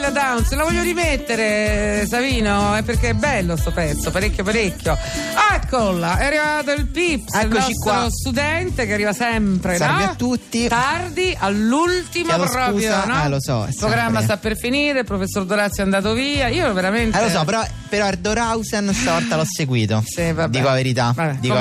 Lilla Downs, la voglio rimettere, Savino, perché è bello sto pezzo, parecchio. Eccola, è arrivato il Pips, eccoci, il nostro qua. Studente che arriva sempre, salve no? a tutti, tardi, all'ultimo proprio, scusa, no? Lo so, il programma sta per finire, il professor Dorazio è andato via, io veramente lo so, però Erdorhausen stavolta l'ho seguito. Sì, vabbè. Dico la verità.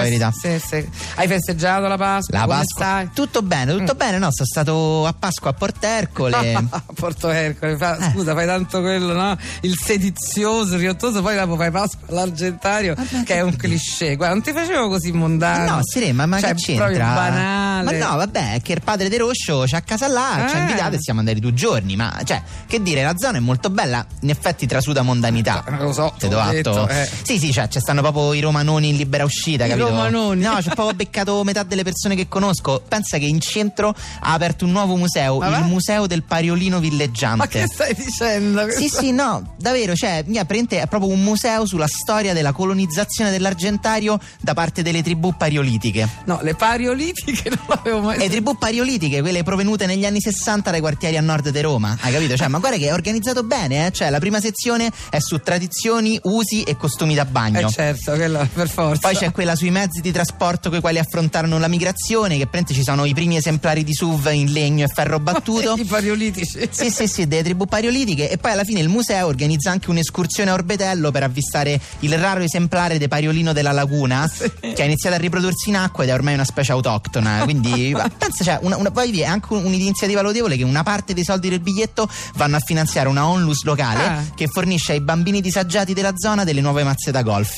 Sì. Hai festeggiato la Pasqua? La Come Pasqua. stai? Tutto bene, no, sono stato a Pasqua a Porto Ercole. Porto Ercole, scusa, fai tanto quello, no? Il sedizioso, riottoso, poi dopo fai Pasqua all'Argentario, che è un cliché. Guarda, non ti facevo così mondano. No, Serena, ma cioè, che c'entra? Proprio banale. Ma no, vabbè, è che il padre De Roscio c'ha a casa là, ci ha invitato e siamo andati 2 giorni. Ma cioè, che dire, la zona è molto bella, in effetti trasuda mondanità. Lo so, te l'ho detto. Sì, cioè, ci stanno proprio i romanoni in libera uscita, capito? Romanoni. No, c'ho proprio beccato metà delle persone che conosco. Pensa che in centro ha aperto un nuovo museo, il Museo del Pariolino Villeggiante. Ma che stai dicendo? Sì, no, davvero, cioè, è proprio un museo sulla storia della colonizzazione dell'Argentario da parte delle tribù pariolitiche. No, le pariolitiche non l'avevo mai Le tribù pariolitiche, quelle provenute negli anni 60 dai quartieri a nord di Roma, hai capito? Cioè, ma guarda che è organizzato bene, Cioè, la prima sezione è su tradizioni, usi e costumi da bagno. Certo, quello per forza. Poi c'è quella sui mezzi di trasporto con i quali affrontarono la migrazione, che praticamente ci sono i primi esemplari di SUV in legno e ferro battuto. I pariolitici. Sì, delle tribù pariolitiche. E poi alla fine il museo organizza anche un'escursione a Orbetello per avvistare il raro esemplare de pariolino della laguna, che ha iniziato a riprodursi in acqua ed è ormai una specie autoctona. Quindi pensa, cioè, poi è anche un'iniziativa lodevole, che una parte dei soldi del biglietto vanno a finanziare una onlus locale che fornisce ai bambini disagiati della zona delle nuove mazze da golf.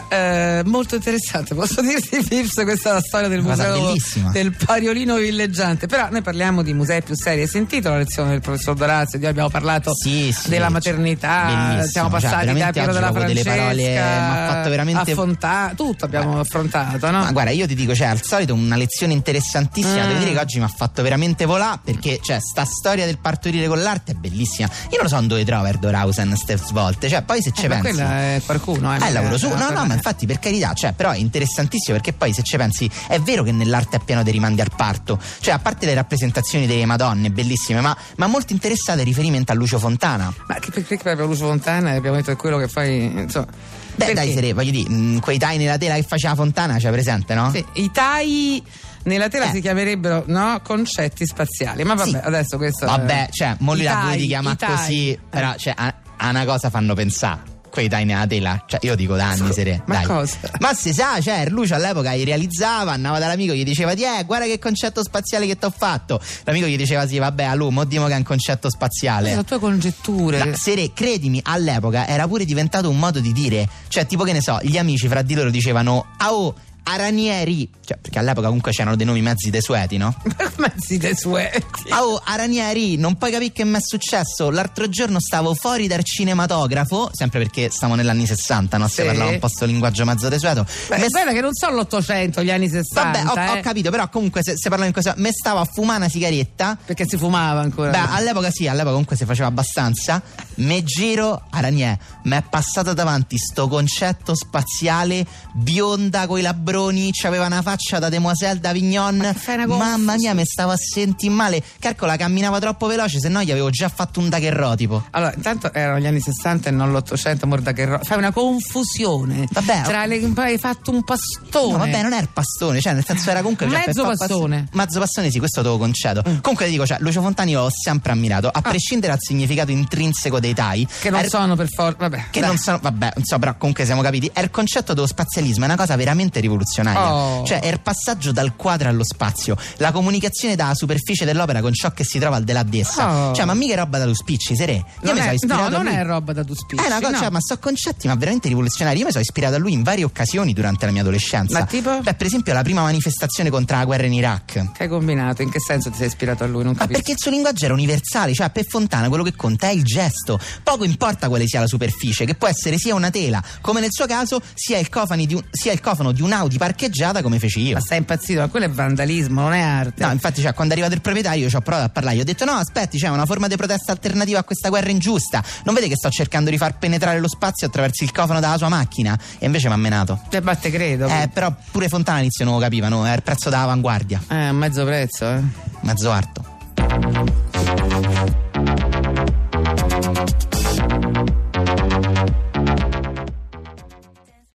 Molto interessante, posso dirti, Pips, questa è la storia del museo del Pariolino Villeggiante. Però noi parliamo di musei più seri. Hai sentito la lezione del professor Dorazio? Di cui abbiamo parlato della maternità, bellissimo. siamo passati da Piero della Francesca, delle parole, ma ha fatto veramente a Fontana, tutto abbiamo affrontato, no? Ma guarda, io ti dico, al solito una lezione interessantissima. Devo dire che oggi mi ha fatto veramente volare, perché sta storia del partorire con l'arte è bellissima. Io non so dove trova Erdorhausen ste svolte, poi se ci pensi, quella è qualcuno, lavoro su. No, ma infatti, per carità, però è interessantissimo, perché poi se ci pensi è vero che nell'arte è pieno di rimandi al parto, a parte le rappresentazioni delle Madonne bellissime, ma molto interessate riferimento a Lucio Fontana. Ma perché proprio Lucio Fontana? Abbiamo detto che è quello che fai, insomma. Beh, dai, Sere, voglio dire, quei tai nella tela che faceva Fontana, c'è presente, no? Sì, i tai nella tela si chiamerebbero, no, concetti spaziali. Ma vabbè, adesso questo mo lui la vuoi chiamare così, però a una cosa fanno pensare. Quei dai nella tela, io dico da anni, Sere. Ma dai. cosa? Ma si sa, Lucio all'epoca li realizzava, andava dall'amico, gli diceva guarda che concetto spaziale che t'ho fatto. L'amico gli diceva vabbè, mo dimo che è un concetto spaziale. La tua congetture. Sere, credimi, all'epoca era pure diventato un modo di dire, tipo che ne so, gli amici fra di loro dicevano Aranieri, perché all'epoca comunque c'erano dei nomi mezzi desueti, no? Mezzi desueti. Aranieri, non puoi capire che mi è successo. L'altro giorno stavo fuori dal cinematografo, sempre perché stavo negli anni 60, no? Se parlava un po' sto linguaggio mezzo desueto. Guarda che non sono l'800, gli anni 60. Vabbè, ho capito, però comunque se parlavo in questo, me stavo a fumare una sigaretta. Perché si fumava ancora? Beh, all'epoca comunque si faceva abbastanza. Me giro, Aranier, mi è passato davanti sto concetto spaziale, bionda coi labroni, c'aveva una faccia da demoiselle d'Avignon. Mamma mia, mi stavo a sentire male. Calcola, camminava troppo veloce, se no gli avevo già fatto un daguerrotipo. Allora, intanto erano gli anni 60 e non l'800, fai una confusione. Vabbè, hai fatto un pastone. No, vabbè, non era il pastone, nel senso era comunque mezzo pastone. Mezzo pastone, sì, questo te lo concedo. Comunque ti dico, Lucio Fontani l'ho sempre ammirato, a prescindere dal significato intrinseco dei tai, che non sono per forza, non sono, non so, però comunque siamo capiti. È il concetto dello spazialismo, è una cosa veramente rivoluzionaria. È il passaggio dal quadro allo spazio, la comunicazione dalla superficie dell'opera con ciò che si trova al di là di essa. Ma mica è roba da tu spicci, Sere. Io mi sono ispirato non è roba da tu spicci. È una cosa, ma sono concetti ma veramente rivoluzionari. Io mi sono ispirato a lui in varie occasioni durante la mia adolescenza. Ma tipo? Per esempio la prima manifestazione contro la guerra in Iraq. Che hai combinato? In che senso ti sei ispirato a lui? Non capisco. Ma perché il suo linguaggio era universale, per Fontana quello che conta è il gesto. Poco importa quale sia la superficie, che può essere sia una tela, come nel suo caso, sia il cofano di un'Audi parcheggiata, come feci io. Ma sei impazzito? Ma quello è vandalismo, non è arte. No, infatti, quando è arrivato il proprietario, ci ho provato a parlare. Gli ho detto: no, aspetti, c'è una forma di protesta alternativa a questa guerra ingiusta. Non vede che sto cercando di far penetrare lo spazio attraverso il cofano della sua macchina? E invece mi ha menato. Te credo. Però pure Fontana all'inizio non lo capivano, è il prezzo dell'avanguardia. Mezzo prezzo, Mezzo arto.